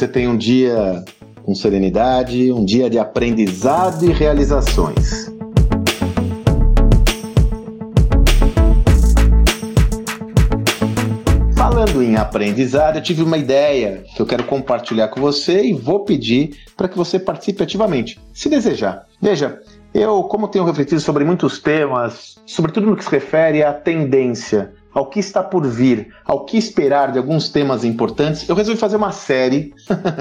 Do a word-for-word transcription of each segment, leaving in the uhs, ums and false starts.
tenha um dia com serenidade, um dia de aprendizado e realizações. Falando em aprendizado, eu tive uma ideia que eu quero compartilhar com você e vou pedir para que você participe ativamente, se desejar. Veja, eu, como tenho refletido sobre muitos temas, sobretudo no que se refere à tendência, ao que está por vir, ao que esperar de alguns temas importantes, eu resolvi fazer uma série,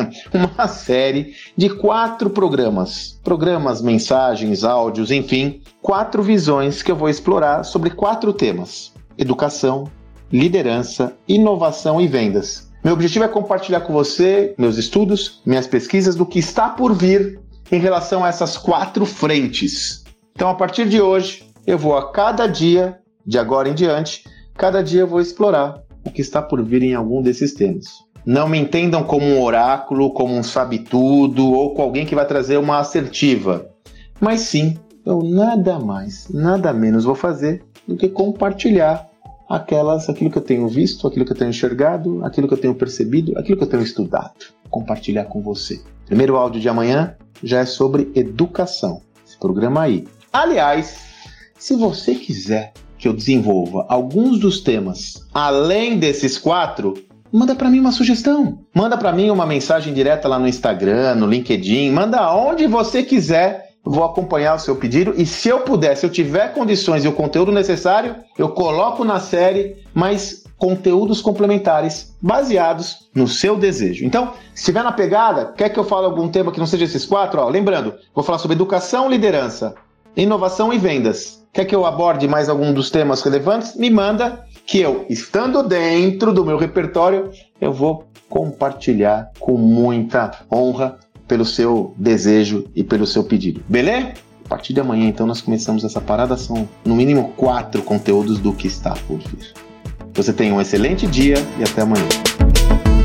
uma série de quatro programas. Programas, mensagens, áudios, enfim, quatro visões que eu vou explorar sobre quatro temas: educação, liderança, inovação e vendas. Meu objetivo é compartilhar com você meus estudos, minhas pesquisas do que está por vir em relação a essas quatro frentes. Então, a partir de hoje, eu vou a cada dia, de agora em diante, cada dia eu vou explorar o que está por vir em algum desses temas. Não me entendam como um oráculo, como um sabe-tudo ou com alguém que vai trazer uma assertiva. Mas sim, eu nada mais, nada menos vou fazer do que compartilhar aquelas, aquilo que eu tenho visto, aquilo que eu tenho enxergado, aquilo que eu tenho percebido, aquilo que eu tenho estudado. Compartilhar com você. Primeiro áudio de amanhã já é sobre educação. Esse programa aí. Aliás, se você quiser que eu desenvolva alguns dos temas além desses quatro, manda para mim uma sugestão. Manda para mim uma mensagem direta lá no Instagram, no LinkedIn, manda onde você quiser. Vou acompanhar o seu pedido e se eu puder, se eu tiver condições e o conteúdo necessário, eu coloco na série mais conteúdos complementares baseados no seu desejo. Então, se estiver na pegada, quer que eu fale algum tema que não seja esses quatro? Ó, lembrando, vou falar sobre educação, liderança, inovação e vendas. Quer que eu aborde mais algum dos temas relevantes? Me manda que eu, estando dentro do meu repertório, eu vou compartilhar com muita honra pelo seu desejo e pelo seu pedido. Beleza? A partir de amanhã, então, nós começamos essa parada. São, no mínimo, quatro conteúdos do que está por vir. Você tenha um excelente dia e até amanhã.